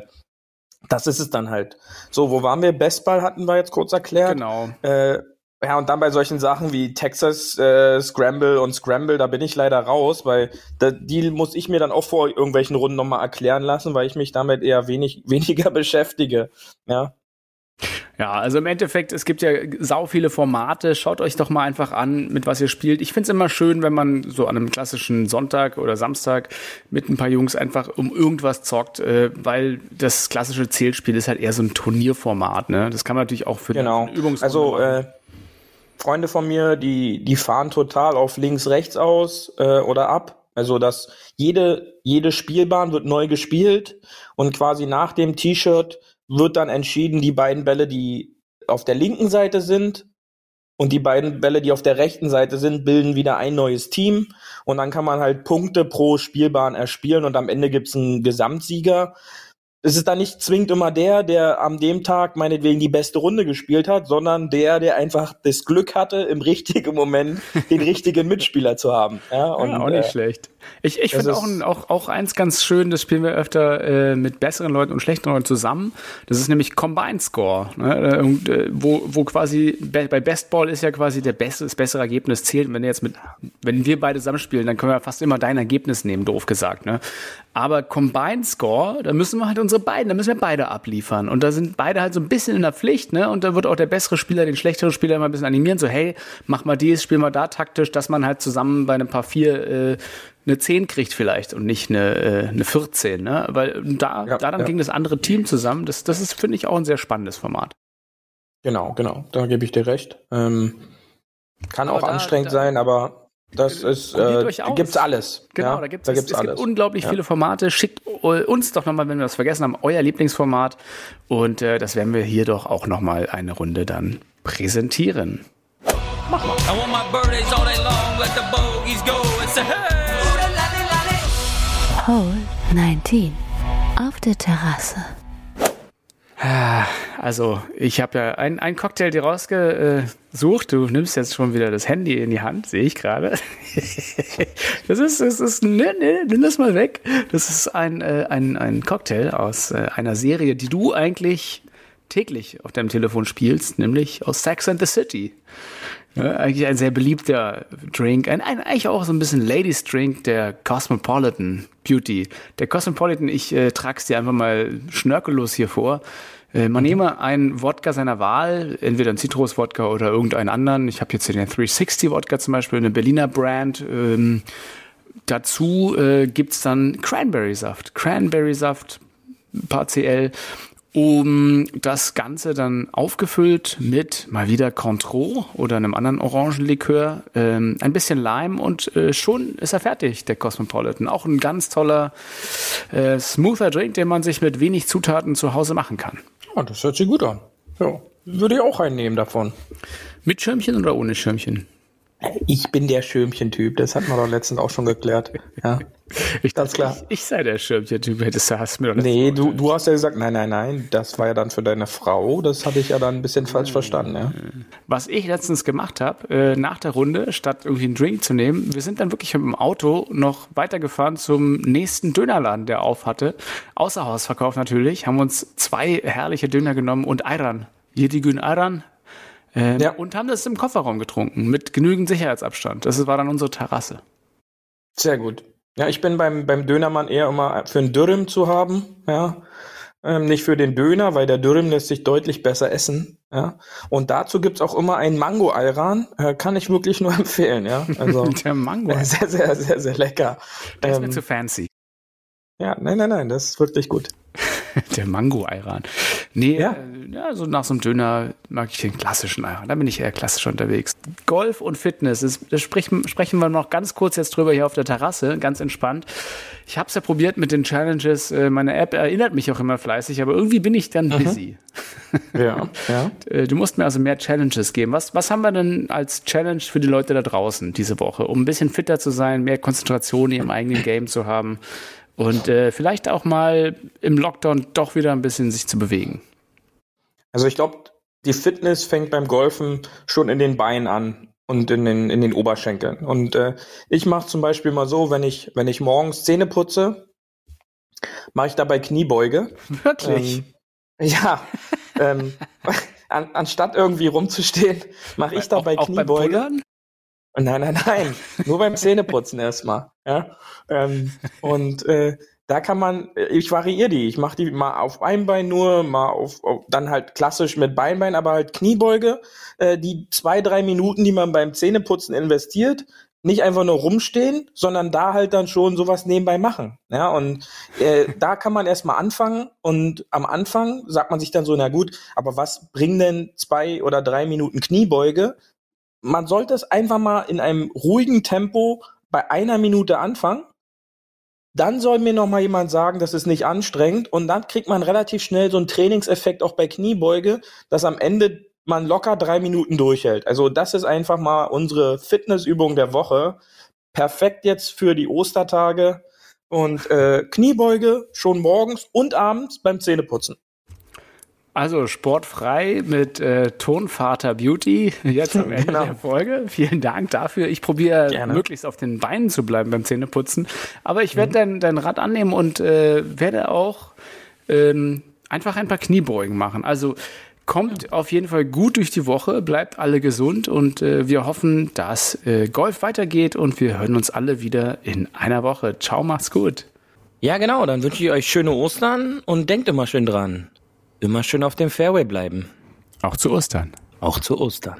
das ist es dann halt. So, wo waren wir? Bestball hatten wir jetzt kurz erklärt. Genau. Äh, Ja, und dann bei solchen Sachen wie Texas äh, Scramble und Scramble, da bin ich leider raus, weil da, die muss ich mir dann auch vor irgendwelchen Runden nochmal erklären lassen, weil ich mich damit eher wenig weniger beschäftige. Ja. Ja, also im Endeffekt, es gibt ja sau viele Formate. Schaut euch doch mal einfach an, mit was ihr spielt. Ich find's immer schön, wenn man so an einem klassischen Sonntag oder Samstag mit ein paar Jungs einfach um irgendwas zockt, äh, weil das klassische Zählspiel ist halt eher so ein Turnierformat. Ne? Das kann man natürlich auch für genau. die Übungsrunde also, machen. Äh, Freunde von mir, die die fahren total auf links-rechts aus äh, oder ab. Also dass jede jede Spielbahn wird neu gespielt und quasi nach dem T-Shirt wird dann entschieden, die beiden Bälle, die auf der linken Seite sind und die beiden Bälle, die auf der rechten Seite sind, bilden wieder ein neues Team und dann kann man halt Punkte pro Spielbahn erspielen und am Ende gibt's einen Gesamtsieger. Es ist dann nicht zwingend immer der, der an dem Tag meinetwegen die beste Runde gespielt hat, sondern der, der einfach das Glück hatte, im richtigen Moment den richtigen Mitspieler zu haben. Ja, und, ja auch nicht äh, schlecht. Ich, ich finde auch, auch, auch eins ganz schön, das spielen wir öfter äh, mit besseren Leuten und schlechteren Leuten zusammen. Das ist nämlich Combined Score, ne? Und, äh, wo, wo quasi be- bei Best Ball ist ja quasi der beste, das bessere Ergebnis zählt. Wenn, jetzt mit, wenn wir beide zusammenspielen, dann können wir fast immer dein Ergebnis nehmen, doof gesagt. Ne? Aber Combined Score, da müssen wir halt unsere beiden, da müssen wir beide abliefern. Und da sind beide halt so ein bisschen in der Pflicht, ne? Und da wird auch der bessere Spieler den schlechteren Spieler immer ein bisschen animieren, so hey, mach mal dies, spiel mal da taktisch, dass man halt zusammen bei einem Paar vier äh, eine zehn kriegt vielleicht und nicht eine, äh, eine vierzehn, ne? Weil da, ja, da dann ja. ging das andere Team zusammen. Das, das ist, finde ich, auch ein sehr spannendes Format. Genau, genau, da gebe ich dir recht. Ähm, kann aber auch da, anstrengend da, sein, aber das ist, äh, gibt's alles. Genau, ja? da gibt's, da es, gibt's es alles. gibt unglaublich ja. viele Formate. Schickt uns doch nochmal, wenn wir das vergessen haben, euer Lieblingsformat. Und äh, das werden wir hier doch auch nochmal eine Runde dann präsentieren. Mach mal. Hole neunzehn auf der Terrasse. Also, ich habe ja einen, einen Cocktail dir rausgesucht. Du nimmst jetzt schon wieder das Handy in die Hand, sehe ich gerade. Das ist, das ist, ne, ne, nimm das mal weg. Das ist ein, äh, ein, ein Cocktail aus äh, einer Serie, die du eigentlich täglich auf deinem Telefon spielst, nämlich aus Sex and the City. Ja, eigentlich ein sehr beliebter Drink, ein, ein eigentlich auch so ein bisschen Ladies Drink, der Cosmopolitan Beauty. Der Cosmopolitan, ich äh, trag's dir einfach mal schnörkellos hier vor. Äh, man nehme einen Wodka seiner Wahl, entweder einen Zitrus-Wodka oder irgendeinen anderen. Ich habe jetzt hier den dreihundertsechzig Wodka zum Beispiel, eine Berliner Brand. Ähm, dazu äh, gibt's dann Cranberry-Saft. Cranberry-Saft, ein paar C L. Um das Ganze dann aufgefüllt mit mal wieder Cointreau oder einem anderen Orangenlikör, ähm, ein bisschen Lime und äh, schon ist er fertig, der Cosmopolitan. Auch ein ganz toller, äh, smoother Drink, den man sich mit wenig Zutaten zu Hause machen kann. Ja, das hört sich gut an. Ja, würde ich auch einen nehmen davon. Mit Schirmchen oder ohne Schirmchen? Ich bin der Schirmchen-Typ, das hatten wir doch letztens auch schon geklärt. Ja, ich, ganz klar. Ich, ich sei der Schirmchen-Typ, hättest du hast mir doch Nee, du, du hast ja gesagt, nein, nein, nein, das war ja dann für deine Frau, das hatte ich ja dann ein bisschen falsch verstanden, ja. Was ich letztens gemacht habe, äh, nach der Runde, statt irgendwie einen Drink zu nehmen, wir sind dann wirklich mit dem Auto noch weitergefahren zum nächsten Dönerladen, der auf hatte. Außerhausverkauf natürlich, haben uns zwei herrliche Döner genommen und Ayran Yedigün Aran. Ähm, Ja. Und haben das im Kofferraum getrunken, mit genügend Sicherheitsabstand. Das war dann unsere Terrasse. Sehr gut. Ja, ich bin beim, beim Dönermann eher immer für einen Dürüm zu haben, ja. Ähm, nicht für den Döner, weil der Dürüm lässt sich deutlich besser essen, ja. Und dazu gibt's auch immer einen Mango-Ayran, äh, kann ich wirklich nur empfehlen, ja. Also, Der Mango. äh, sehr, sehr, sehr, sehr lecker. Der ist mir Ähm, zu fancy. ja, nein, nein, nein, das ist wirklich gut. Der Mango-Ayran. Nee, Ja. äh, ja, so nach so einem Döner mag ich den klassischen Ayran. Da bin ich eher klassisch unterwegs. Golf und Fitness, das, das sprechen, sprechen wir noch ganz kurz jetzt drüber hier auf der Terrasse, ganz entspannt. Ich habe es ja probiert mit den Challenges. Äh, meine App erinnert mich auch immer fleißig, aber irgendwie bin ich dann busy. Ja, ja. Äh, Du musst mir also mehr Challenges geben. Was, was haben wir denn als Challenge für die Leute da draußen diese Woche, um ein bisschen fitter zu sein, mehr Konzentration in ihrem eigenen Game zu haben? Und äh, vielleicht auch mal im Lockdown doch wieder ein bisschen sich zu bewegen. Also ich glaube, die Fitness fängt beim Golfen schon in den Beinen an und in den, in den Oberschenkeln. Und äh, ich mache zum Beispiel mal so, wenn ich, wenn ich morgens Zähne putze, mache ich dabei Kniebeuge. Wirklich? Ähm, ja. ähm, an, anstatt irgendwie rumzustehen, mache ich dabei auch, auch beim Kniebeuge. Pullern? Nein, nein, nein. Nur beim Zähneputzen erstmal. Ja? Ähm, und äh, da kann man, ich variiere die. Ich mache die mal auf ein Bein nur, mal auf, auf dann halt klassisch mit Beinbein, aber halt Kniebeuge. Äh, die zwei, drei Minuten, die man beim Zähneputzen investiert, nicht einfach nur rumstehen, sondern da halt dann schon sowas nebenbei machen. Ja, und äh, da kann man erstmal anfangen und am Anfang sagt man sich dann so, na gut, aber was bringen denn zwei oder drei Minuten Kniebeuge? Man sollte es einfach mal in einem ruhigen Tempo bei einer Minute anfangen. Dann soll mir noch mal jemand sagen, das ist nicht anstrengend. Und dann kriegt man relativ schnell so einen Trainingseffekt auch bei Kniebeuge, dass am Ende man locker drei Minuten durchhält. Also das ist einfach mal unsere Fitnessübung der Woche. Perfekt jetzt für die Ostertage. Und äh, Kniebeuge schon morgens und abends beim Zähneputzen. Also sportfrei mit äh, Tonvater Beauty, jetzt am Ende Genau. der Folge. Vielen Dank dafür. Ich probiere Gerne. möglichst auf den Beinen zu bleiben beim Zähneputzen. Aber ich werde dein, dein Rat annehmen und äh, werde auch ähm, einfach ein paar Kniebeugen machen. Also kommt auf jeden Fall gut durch die Woche, bleibt alle gesund und äh, wir hoffen, dass äh, Golf weitergeht und wir hören uns alle wieder in einer Woche. Ciao, macht's gut. Ja, genau, dann wünsche ich euch schöne Ostern und denkt immer schön dran. Immer schön auf dem Fairway bleiben. Auch zu Ostern. Auch zu Ostern.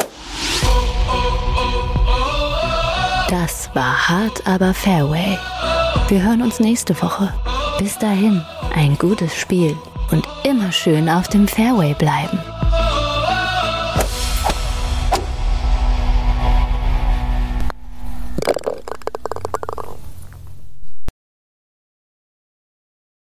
Das war Hart, aber Fairway. Wir hören uns nächste Woche. Bis dahin, ein gutes Spiel und immer schön auf dem Fairway bleiben.